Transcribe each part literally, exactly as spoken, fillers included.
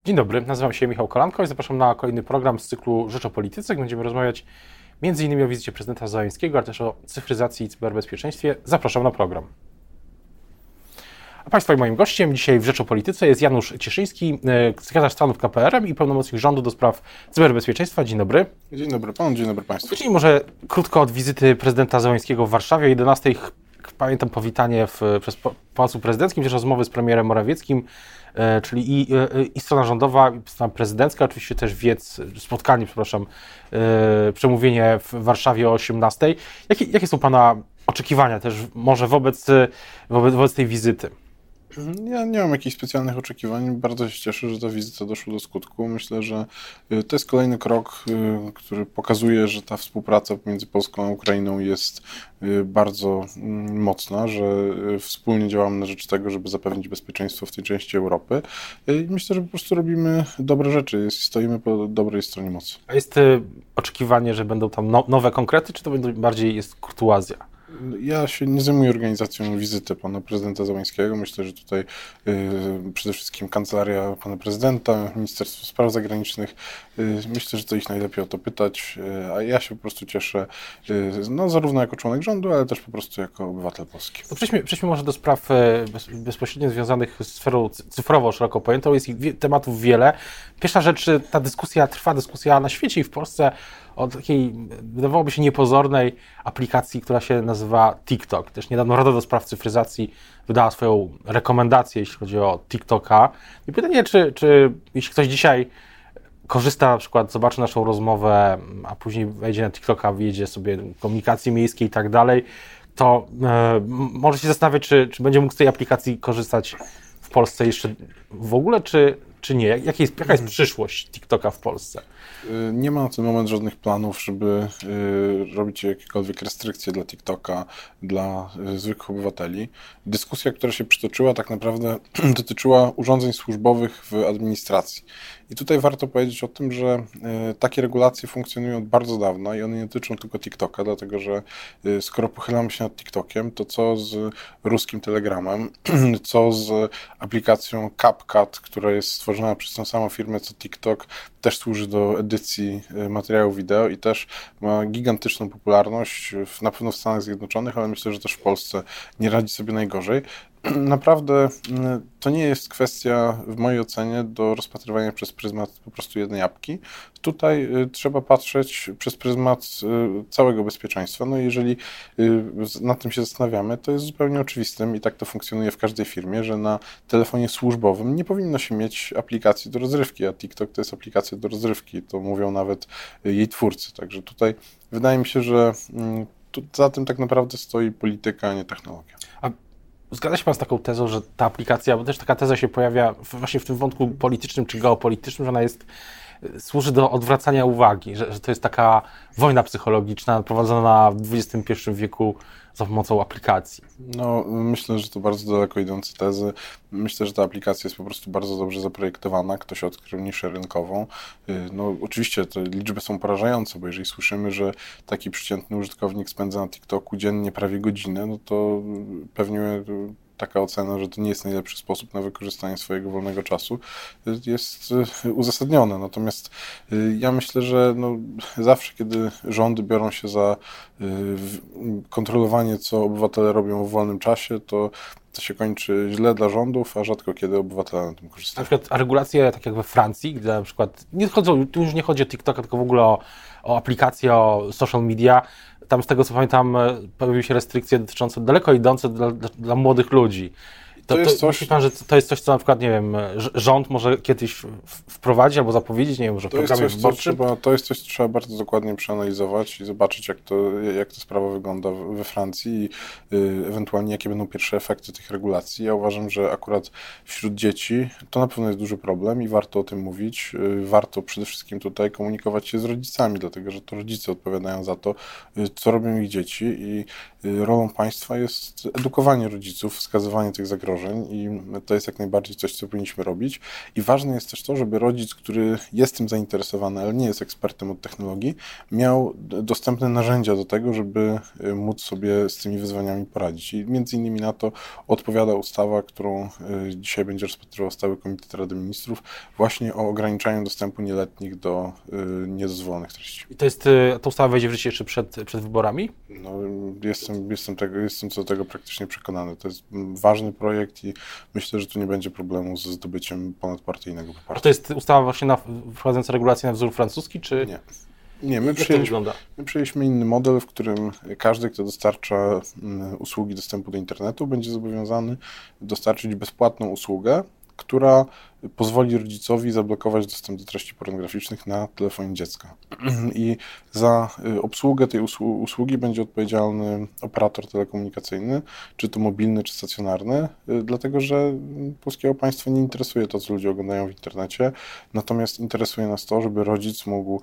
Dzień dobry, nazywam się Michał Kolanko i zapraszam na kolejny program z cyklu Rzecz o Polityce. Będziemy rozmawiać między innymi o wizycie prezydenta Zeleńskiego, ale też o cyfryzacji i cyberbezpieczeństwie. Zapraszam na program. A Państwa i moim gościem dzisiaj w Rzecz o Polityce jest Janusz Cieszyński, sekretarz stanu w K P R M i pełnomocnik rządu do spraw cyberbezpieczeństwa. Dzień dobry. Dzień dobry panu, dzień dobry państwu. Zacznijmy może krótko od wizyty prezydenta Zeleńskiego w Warszawie. O jedenastej, pamiętam, powitanie w, przez Pałacu Prezydenckim, też rozmowy z premierem Morawieckim, e, czyli i, i, i strona rządowa, i strona prezydencka, oczywiście też wiec, spotkanie, przepraszam, e, przemówienie w Warszawie o osiemnastej. Jakie, jakie są pana oczekiwania też może wobec, wobec, wobec tej wizyty? Ja nie mam jakichś specjalnych oczekiwań. Bardzo się cieszę, że ta wizyta doszła do skutku. Myślę, że to jest kolejny krok, który pokazuje, że ta współpraca pomiędzy Polską a Ukrainą jest bardzo mocna, że wspólnie działamy na rzecz tego, żeby zapewnić bezpieczeństwo w tej części Europy. I myślę, że po prostu robimy dobre rzeczy. Stoimy po dobrej stronie mocy. A jest oczekiwanie, że będą tam no, nowe konkrety, czy to będzie bardziej jest kurtuazja? Ja się nie zajmuję organizacją wizyty pana prezydenta Zeleńskiego. Myślę, że tutaj y, przede wszystkim kancelaria pana prezydenta, Ministerstwo Spraw Zagranicznych. Y, myślę, że to ich najlepiej o to pytać, y, a ja się po prostu cieszę, y, no zarówno jako członek rządu, ale też po prostu jako obywatel polski. To przejdźmy, przejdźmy może do spraw bez, bezpośrednio związanych z sferą cyfrową, szeroko pojętą. Jest ich wie, tematów wiele. Pierwsza rzecz, ta dyskusja, trwa dyskusja na świecie i w Polsce o takiej, wydawałoby się, niepozornej aplikacji, która się nazywa TikTok. Też niedawno Rada do Spraw Cyfryzacji wydała swoją rekomendację, jeśli chodzi o TikToka. I pytanie, czy, czy jeśli ktoś dzisiaj korzysta, na przykład zobaczy naszą rozmowę, a później wejdzie na TikToka, wyjedzie sobie komunikacji miejskiej i tak dalej, to e, może się zastanawiać, czy, czy będzie mógł z tej aplikacji korzystać w Polsce jeszcze w ogóle, czy, czy nie? Jak jest, jaka jest przyszłość TikToka w Polsce? Nie ma na ten moment żadnych planów, żeby y, robić jakiekolwiek restrykcje dla TikToka, dla y, zwykłych obywateli. Dyskusja, która się przytoczyła, tak naprawdę dotyczyła urządzeń służbowych w administracji. I tutaj warto powiedzieć o tym, że y, takie regulacje funkcjonują od bardzo dawna i one nie dotyczą tylko TikToka, dlatego że y, skoro pochylamy się nad TikTokiem, to co z ruskim Telegramem, co z aplikacją CapCut, która jest stworzona przez tą samą firmę co TikTok, też służy do edycji materiałów wideo i też ma gigantyczną popularność, na pewno w Stanach Zjednoczonych, ale myślę, że też w Polsce nie radzi sobie najgorzej. Naprawdę to nie jest kwestia, w mojej ocenie, do rozpatrywania przez pryzmat po prostu jednej apki. Tutaj trzeba patrzeć przez pryzmat całego bezpieczeństwa. No i jeżeli nad tym się zastanawiamy, to jest zupełnie oczywistym i tak to funkcjonuje w każdej firmie, że na telefonie służbowym nie powinno się mieć aplikacji do rozrywki, a TikTok to jest aplikacja do rozrywki. To mówią nawet jej twórcy. Także tutaj wydaje mi się, że tu za tym tak naprawdę stoi polityka, a nie technologia. A zgadza się pan z taką tezą, że ta aplikacja, bo też taka teza się pojawia właśnie w tym wątku politycznym czy geopolitycznym, że ona jest, służy do odwracania uwagi, że, że to jest taka wojna psychologiczna prowadzona w dwudziestym pierwszym wieku za pomocą aplikacji? No, myślę, że to bardzo daleko idące tezy. Myślę, że ta aplikacja jest po prostu bardzo dobrze zaprojektowana. Ktoś odkrył niszę rynkową. No, oczywiście te liczby są porażające, bo jeżeli słyszymy, że taki przeciętny użytkownik spędza na TikToku dziennie prawie godzinę, no to pewnie taka ocena, że to nie jest najlepszy sposób na wykorzystanie swojego wolnego czasu, jest uzasadniona. Natomiast ja myślę, że no, zawsze, kiedy rządy biorą się za kontrolowanie, co obywatele robią w wolnym czasie, to to się kończy źle dla rządów, a rzadko kiedy obywatele na tym korzystają. Na przykład regulacje, tak jak we Francji, gdzie na przykład, nie chodzą, tu już nie chodzi o TikToka, tylko w ogóle o, o aplikacje, o social media. Tam z tego, co pamiętam, pojawiły się restrykcje dotyczące daleko idące dla, dla, dla młodych ludzi. To, to jest to, coś... Myśli pan, że to jest coś, co na przykład, nie wiem, rząd może kiedyś wprowadzić albo zapowiedzieć, nie wiem, może w to programie jest coś, wyborczym? Co trzeba, to jest coś, co trzeba bardzo dokładnie przeanalizować i zobaczyć, jak to, jak ta sprawa wygląda we Francji i y, ewentualnie jakie będą pierwsze efekty tych regulacji. Ja uważam, że akurat wśród dzieci to na pewno jest duży problem i warto o tym mówić. Y, warto przede wszystkim tutaj komunikować się z rodzicami, dlatego że to rodzice odpowiadają za to, y, co robią ich dzieci i y, rolą państwa jest edukowanie rodziców, wskazywanie tych zagrożeń, zagrożeń i to jest jak najbardziej coś, co powinniśmy robić. I ważne jest też to, żeby rodzic, który jest tym zainteresowany, ale nie jest ekspertem od technologii, miał dostępne narzędzia do tego, żeby móc sobie z tymi wyzwaniami poradzić. I między innymi na to odpowiada ustawa, którą dzisiaj będzie rozpatrywał Stały Komitet Rady Ministrów, właśnie o ograniczaniu dostępu nieletnich do niedozwolonych treści. I to jest, ta ustawa wejdzie w życie jeszcze przed, przed wyborami? No, jestem, jestem, tego, jestem co do tego praktycznie przekonany. To jest ważny projekt i myślę, że tu nie będzie problemu ze zdobyciem ponadpartyjnego poparcia. A to jest ustawa właśnie na, wprowadzająca regulacje na wzór francuski, czy... Nie. Nie, my Jak to przyjęliśmy, wygląda? my przyjęliśmy inny model, w którym każdy, kto dostarcza usługi dostępu do internetu, będzie zobowiązany dostarczyć bezpłatną usługę, która pozwoli rodzicowi zablokować dostęp do treści pornograficznych na telefonie dziecka. I za obsługę tej usługi będzie odpowiedzialny operator telekomunikacyjny, czy to mobilny, czy stacjonarny, dlatego że polskiego państwa nie interesuje to, co ludzie oglądają w internecie, natomiast interesuje nas to, żeby rodzic mógł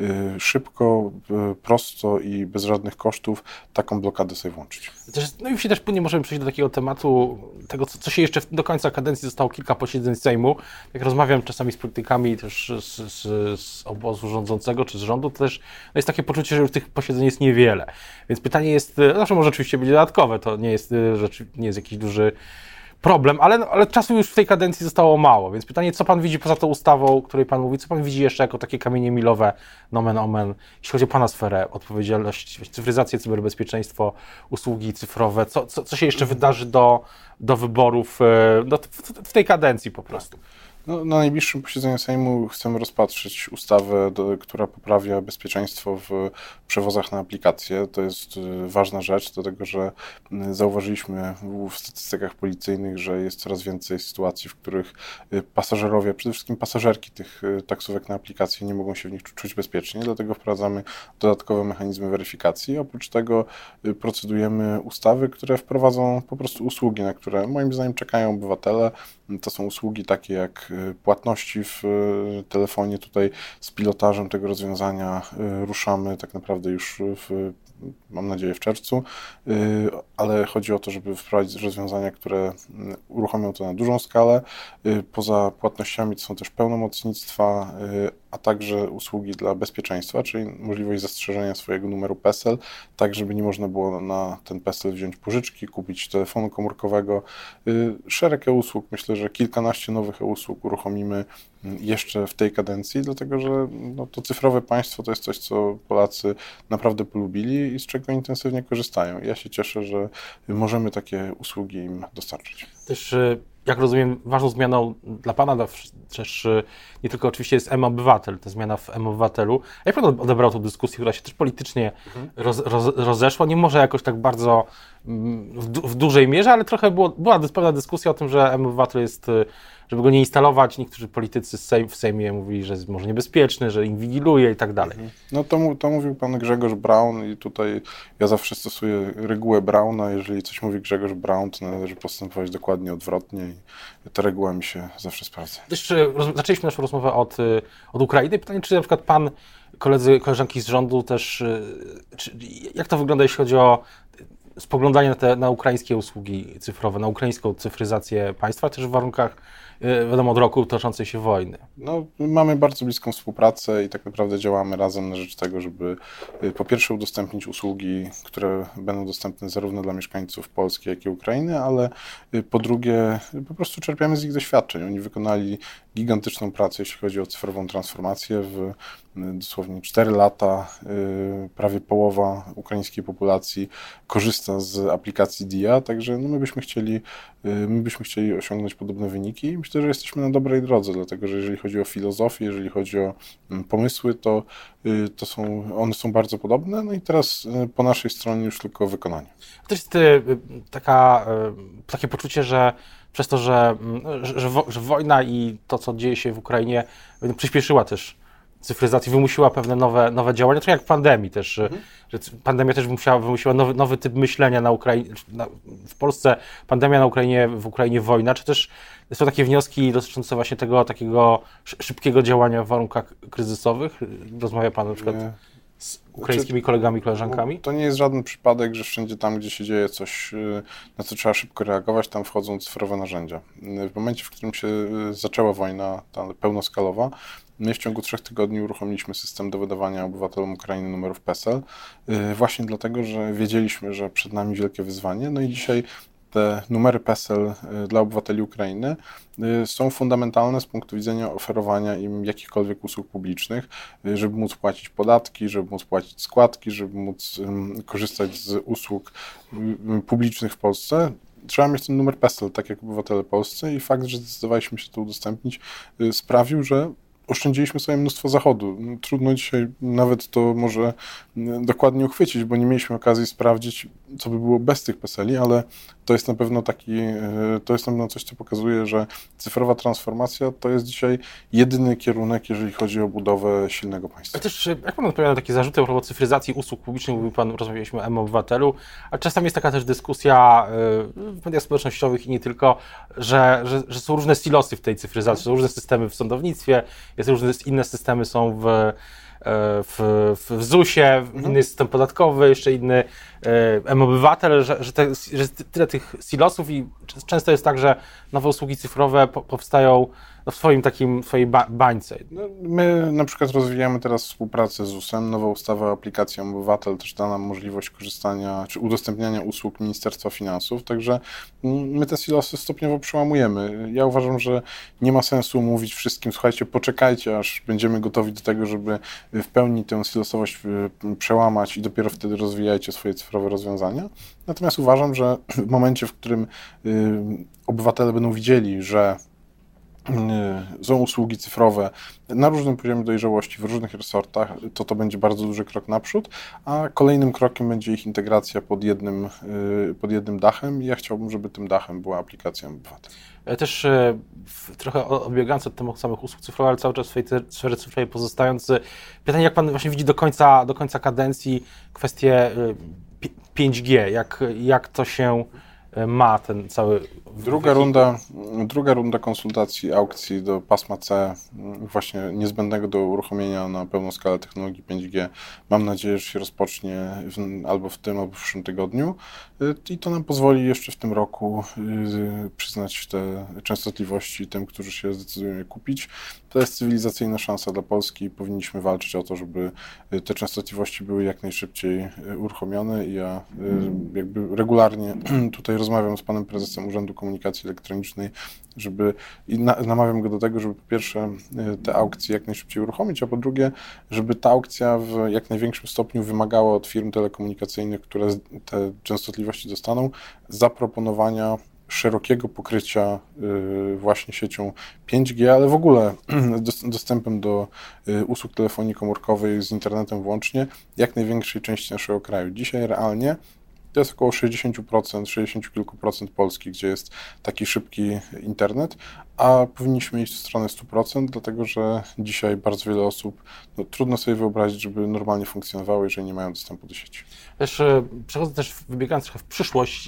szybko, prosto i bez żadnych kosztów taką blokadę sobie włączyć. No i już też płynnie możemy przejść do takiego tematu, tego, co się jeszcze do końca kadencji zostało kilka posiedzeń Sejmu. Jak rozmawiam czasami z politykami też z, z, z obozu rządzącego czy z rządu, to też no jest takie poczucie, że już tych posiedzeń jest niewiele. Więc pytanie jest, zawsze może oczywiście być dodatkowe, to nie jest, rzeczy, nie jest jakiś duży problem, ale, ale czasu już w tej kadencji zostało mało, więc pytanie, co pan widzi poza tą ustawą, o której pan mówi, co pan widzi jeszcze jako takie kamienie milowe, nomen omen, jeśli chodzi o pana sferę, odpowiedzialność, cyfryzację, cyberbezpieczeństwo, usługi cyfrowe, co, co, co się jeszcze wydarzy do, do wyborów do, w, w tej kadencji po prostu? No, na najbliższym posiedzeniu Sejmu chcemy rozpatrzyć ustawę, do, która poprawia bezpieczeństwo w przewozach na aplikacje. To jest ważna rzecz, dlatego że zauważyliśmy w statystykach policyjnych, że jest coraz więcej sytuacji, w których pasażerowie, przede wszystkim pasażerki tych taksówek na aplikacje nie mogą się w nich czuć bezpiecznie, dlatego wprowadzamy dodatkowe mechanizmy weryfikacji. Oprócz tego procedujemy ustawy, które wprowadzą po prostu usługi, na które moim zdaniem czekają obywatele. To są usługi takie jak płatności w telefonie. Tutaj z pilotażem tego rozwiązania ruszamy tak naprawdę już w, mam nadzieję, w czerwcu, ale chodzi o to, żeby wprowadzić rozwiązania, które uruchomią to na dużą skalę. Poza płatnościami to są też pełnomocnictwa, a także usługi dla bezpieczeństwa, czyli możliwość zastrzeżenia swojego numeru PESEL, tak żeby nie można było na ten PESEL wziąć pożyczki, kupić telefonu komórkowego. Szereg e-usług, myślę, że kilkanaście nowych e-usług uruchomimy jeszcze w tej kadencji, dlatego że no, to cyfrowe państwo to jest coś, co Polacy naprawdę polubili i z czego intensywnie korzystają. Ja się cieszę, że możemy takie usługi im dostarczyć. Też, jak rozumiem, ważną zmianą dla pana, dla, też nie tylko oczywiście jest M-Obywatel, ta zmiana w M-Obywatelu. A jak pan odebrał tę dyskusję, która się też politycznie mhm. roz, roz, rozeszła? Nie może jakoś tak bardzo w, du, w dużej mierze, ale trochę było, była pewna dyskusja o tym, że M-Obywatel jest, żeby go nie instalować. Niektórzy politycy Sejm, w Sejmie mówili, że jest może niebezpieczny, że inwigiluje i tak dalej. No to, to mówił pan Grzegorz Braun i tutaj ja zawsze stosuję regułę Brauna. Jeżeli coś mówi Grzegorz Braun, to należy postępować dokładnie odwrotnie i ta reguła mi się zawsze sprawdza. Jeszcze zaczęliśmy naszą rozmowę od, od Ukrainy. Pytanie, czy na przykład pan, koledzy, koleżanki z rządu też, czy, jak to wygląda, jeśli chodzi o spoglądanie na, te, na ukraińskie usługi cyfrowe, na ukraińską cyfryzację państwa, też w warunkach, wiadomo, od roku toczącej się wojny? No, mamy bardzo bliską współpracę i tak naprawdę działamy razem na rzecz tego, żeby po pierwsze udostępnić usługi, które będą dostępne zarówno dla mieszkańców Polski, jak i Ukrainy, ale po drugie po prostu czerpiamy z ich doświadczeń. Oni wykonali gigantyczną pracę, jeśli chodzi o cyfrową transformację. W dosłownie cztery lata prawie połowa ukraińskiej populacji korzysta z aplikacji D I A, także no my byśmy chcieli, my byśmy chcieli osiągnąć podobne wyniki i myślę, że jesteśmy na dobrej drodze, dlatego że jeżeli chodzi o filozofię, jeżeli chodzi o pomysły, to, to są, one są bardzo podobne, no i teraz po naszej stronie już tylko wykonanie. To jest taka, takie poczucie, że przez to, że, że, że wojna i to, co dzieje się w Ukrainie, przyspieszyła też cyfryzację, wymusiła pewne nowe, nowe działania, to jak w pandemii też, mhm. że pandemia też wymusiła, wymusiła nowy, nowy typ myślenia na Ukrainie, na, w Polsce pandemia, na Ukrainie, w Ukrainie wojna, czy też są takie wnioski dotyczące właśnie tego takiego szybkiego działania w warunkach kryzysowych? Rozmawia pan na przykład... Nie. z ukraińskimi kolegami, koleżankami? To nie jest żaden przypadek, że wszędzie tam, gdzie się dzieje coś, na co trzeba szybko reagować, tam wchodzą cyfrowe narzędzia. W momencie, w którym się zaczęła wojna ta pełnoskalowa, my w ciągu trzech tygodni uruchomiliśmy system do wydawania obywatelom Ukrainy numerów PESEL, właśnie dlatego, że wiedzieliśmy, że przed nami wielkie wyzwanie. No i dzisiaj te numery PESEL dla obywateli Ukrainy są fundamentalne z punktu widzenia oferowania im jakichkolwiek usług publicznych, żeby móc płacić podatki, żeby móc płacić składki, żeby móc korzystać z usług publicznych w Polsce. Trzeba mieć ten numer PESEL, tak jak obywatele polscy, i fakt, że zdecydowaliśmy się to udostępnić, sprawił, że oszczędziliśmy sobie mnóstwo zachodu. Trudno dzisiaj nawet to może dokładnie uchwycić, bo nie mieliśmy okazji sprawdzić, co by było bez tych PESEL-i, ale to jest na pewno taki, to jest na pewno coś, co pokazuje, że cyfrowa transformacja to jest dzisiaj jedyny kierunek, jeżeli chodzi o budowę silnego państwa. Ale też, jak pan odpowiada na takie zarzuty a propos cyfryzacji usług publicznych, mówił pan, rozmawialiśmy o M-Obywatelu, a czasami jest taka też dyskusja w mediach społecznościowych i nie tylko, że, że, że są różne silosy w tej cyfryzacji, są różne systemy w sądownictwie, jest różne inne systemy są w w, w zusie, mhm. inny system podatkowy, jeszcze inny M-Obywatel, że, że, te, że jest tyle tych silosów i często jest tak, że nowe usługi cyfrowe po, powstają no, w swoim takim, swojej ba- bańce. No, my na przykład rozwijamy teraz współpracę z Z U S-em, nowa ustawa o aplikacji M-Obywatel też da nam możliwość korzystania czy udostępniania usług Ministerstwa Finansów, także my te silosy stopniowo przełamujemy. Ja uważam, że nie ma sensu mówić wszystkim, słuchajcie, poczekajcie, aż będziemy gotowi do tego, żeby w pełni tę silosowość przełamać i dopiero wtedy rozwijajcie swoje cyfrowe rozwiązania. Natomiast uważam, że w momencie, w którym obywatele będą widzieli, że są usługi cyfrowe na różnym poziomie dojrzałości, w różnych resortach, to to będzie bardzo duży krok naprzód, a kolejnym krokiem będzie ich integracja pod jednym, pod jednym dachem i ja chciałbym, żeby tym dachem była aplikacja M-Obywatel. Ja też w, trochę odbiegając od tematu samych usług cyfrowych, ale cały czas w swojej sferze cyfrowej pozostając, pytanie, jak pan właśnie widzi do końca, do końca kadencji kwestię pięć G, jak, jak to się ma ten cały... Druga runda, druga runda konsultacji aukcji do pasma C, właśnie niezbędnego do uruchomienia na pełną skalę technologii pięć G, mam nadzieję, że się rozpocznie w, albo w tym, albo w przyszłym tygodniu i to nam pozwoli jeszcze w tym roku przyznać te częstotliwości tym, którzy się zdecydują je kupić. To jest cywilizacyjna szansa dla Polski i powinniśmy walczyć o to, żeby te częstotliwości były jak najszybciej uruchomione i ja jakby regularnie tutaj rozmawiam z panem prezesem Urzędu Komunikacji Elektronicznej, żeby i na, namawiam go do tego, żeby po pierwsze te aukcje jak najszybciej uruchomić, a po drugie, żeby ta aukcja w jak największym stopniu wymagała od firm telekomunikacyjnych, które te częstotliwości dostaną, zaproponowania szerokiego pokrycia właśnie siecią pięć G, ale w ogóle dostępem do usług telefonii komórkowej z internetem włącznie jak największej części naszego kraju. Dzisiaj realnie to jest około sześćdziesiąt procent, sześćdziesiąt kilku procent Polski, gdzie jest taki szybki internet, a powinniśmy iść w stronę stu procent, dlatego że dzisiaj bardzo wiele osób, no, trudno sobie wyobrazić, żeby normalnie funkcjonowało, jeżeli nie mają dostępu do sieci. Też przechodzę też, wybiegając trochę w przyszłość,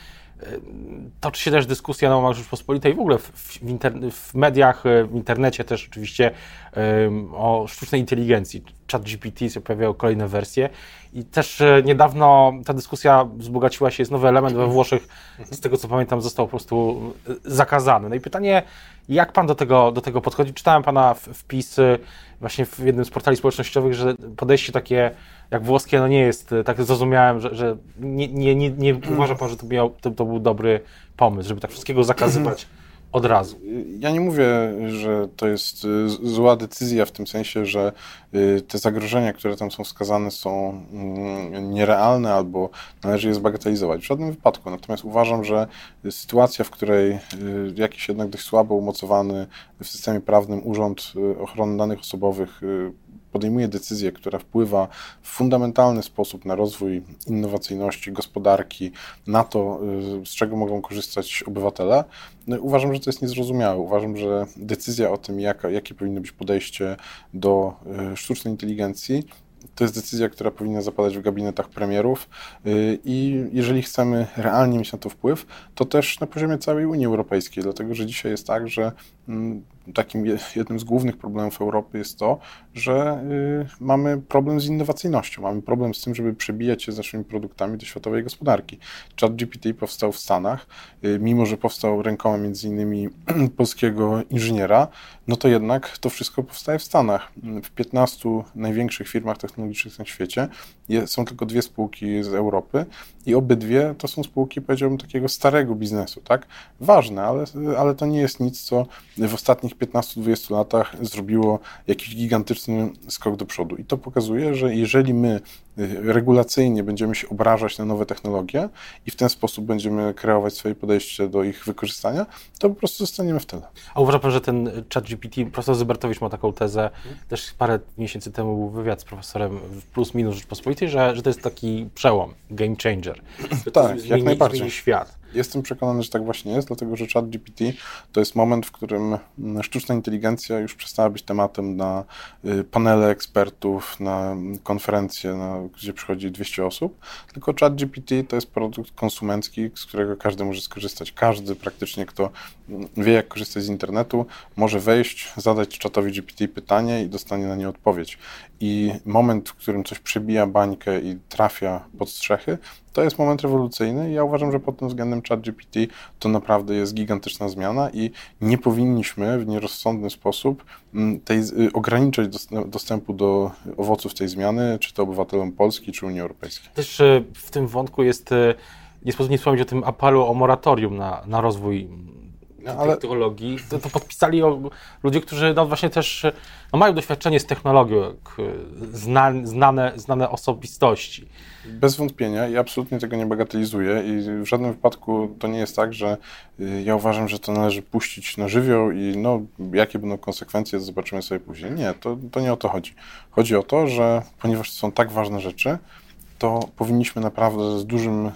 toczy się też dyskusja na łamach Rzeczpospolitej w ogóle w, w, inter- w mediach, w internecie też oczywiście um, o sztucznej inteligencji. ChatGPT się pojawiają kolejne wersje i też niedawno ta dyskusja wzbogaciła się, jest nowy element we Włoszech, z tego co pamiętam został po prostu zakazany. No i pytanie, jak pan do tego, do tego podchodzi? Czytałem pana wpis właśnie w jednym z portali społecznościowych, że podejście takie jak włoskie, no nie jest, tak zrozumiałem, że, że nie, nie, nie, nie uważa pan, że to, miał, to, to był dobry pomysł, żeby tak wszystkiego zakazywać od razu. Ja nie mówię, że to jest zła decyzja w tym sensie, że te zagrożenia, które tam są wskazane, są nierealne albo należy je zbagatelizować. W żadnym wypadku. Natomiast uważam, że sytuacja, w której jakiś jednak dość słabo umocowany w systemie prawnym Urząd Ochrony Danych Osobowych podejmuje decyzję, która wpływa w fundamentalny sposób na rozwój innowacyjności, gospodarki, na to, z czego mogą korzystać obywatele, no uważam, że to jest niezrozumiałe. Uważam, że decyzja o tym, jaka, jakie powinno być podejście do sztucznej inteligencji, to jest decyzja, która powinna zapadać w gabinetach premierów i jeżeli chcemy realnie mieć na to wpływ, to też na poziomie całej Unii Europejskiej, dlatego że dzisiaj jest tak, że takim jednym z głównych problemów Europy jest to, że y, mamy problem z innowacyjnością, mamy problem z tym, żeby przebijać się z naszymi produktami do światowej gospodarki. ChatGPT powstał w Stanach, y, mimo że powstał rękoma między innymi polskiego inżyniera, no to jednak to wszystko powstaje w Stanach. W piętnastu największych firmach technologicznych na świecie je, są tylko dwie spółki z Europy i obydwie to są spółki, powiedziałbym, takiego starego biznesu, tak? Ważne, ale, ale to nie jest nic, co w ostatnich piętnastu do dwudziestu latach zrobiło jakiś gigantyczny skok do przodu. I to pokazuje, że jeżeli my regulacyjnie będziemy się obrażać na nowe technologie i w ten sposób będziemy kreować swoje podejście do ich wykorzystania, to po prostu zostaniemy w tyle. A uważa pan, że ten ChatGPT, profesor Zybertowicz ma taką tezę, też parę miesięcy temu był wywiad z profesorem w Plus Minus Rzeczpospolitej, że, że to jest taki przełom, game changer. Że to Tak, zmieni, jak najbardziej. zmieni świat. Jestem przekonany, że tak właśnie jest, dlatego że ChatGPT to jest moment, w którym sztuczna inteligencja już przestała być tematem na panele ekspertów, na konferencje, na, gdzie przychodzi dwieście osób, tylko ChatGPT to jest produkt konsumencki, z którego każdy może skorzystać. Każdy praktycznie, kto wie, jak korzystać z internetu, może wejść, zadać czatowi G P T pytanie i dostanie na nie odpowiedź. I moment, w którym coś przebija bańkę i trafia pod strzechy, to jest moment rewolucyjny i ja uważam, że pod tym względem ChatGPT to naprawdę jest gigantyczna zmiana i nie powinniśmy w nierozsądny sposób tej, ograniczać dostępu do owoców tej zmiany, czy to obywatelom Polski, czy Unii Europejskiej. Też w tym wątku jest, nie sposób nie wspomnieć o tym apelu o moratorium na, na rozwój no, ale... technologii. To, to podpisali o, ludzie, którzy no, właśnie też no, mają doświadczenie z technologią, jak zna, znane, znane osobistości. Bez wątpienia i absolutnie tego nie bagatelizuję i w żadnym wypadku to nie jest tak, że ja uważam, że to należy puścić na żywioł i no, jakie będą konsekwencje, to zobaczymy sobie później. Nie, to, to nie o to chodzi. Chodzi o to, że ponieważ to są tak ważne rzeczy, to powinniśmy naprawdę z, dużym,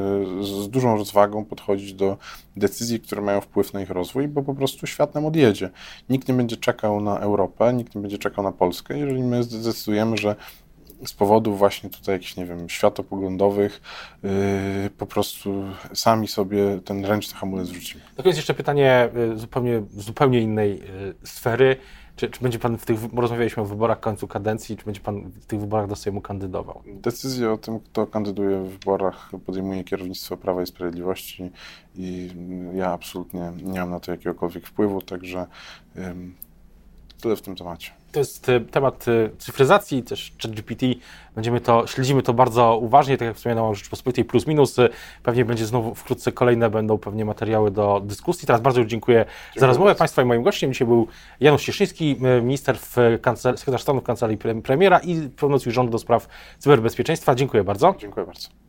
z dużą rozwagą podchodzić do decyzji, które mają wpływ na ich rozwój, bo po prostu świat nam odjedzie. Nikt nie będzie czekał na Europę, nikt nie będzie czekał na Polskę, jeżeli my zdecydujemy, że z powodów właśnie tutaj jakichś, nie wiem, światopoglądowych yy, po prostu sami sobie ten ręczny hamulec wrzucimy. To jest jeszcze pytanie zupełnie, zupełnie innej sfery. Czy, czy będzie pan w tych, rozmawialiśmy o wyborach w końcu kadencji, czy będzie pan w tych wyborach do Sejmu kandydował? Decyzję o tym, kto kandyduje w wyborach, podejmuje kierownictwo Prawa i Sprawiedliwości i ja absolutnie nie mam na to jakiegokolwiek wpływu, także ym, tyle w tym temacie. To jest temat cyfryzacji, też ChatGPT. Będziemy to, śledzimy to bardzo uważnie, tak jak wspomniałem o Rzeczpospolitej Plus Minus. Pewnie będzie znowu wkrótce kolejne, będą pewnie materiały do dyskusji. Teraz bardzo dziękuję, dziękuję za rozmowę Państwa i moim gościem. Dzisiaj był Janusz Cieszyński, minister w kancel- sekretarz stanu w Kancelarii Premiera i pełnomocnik rządu do spraw cyberbezpieczeństwa. Dziękuję bardzo. Dziękuję bardzo.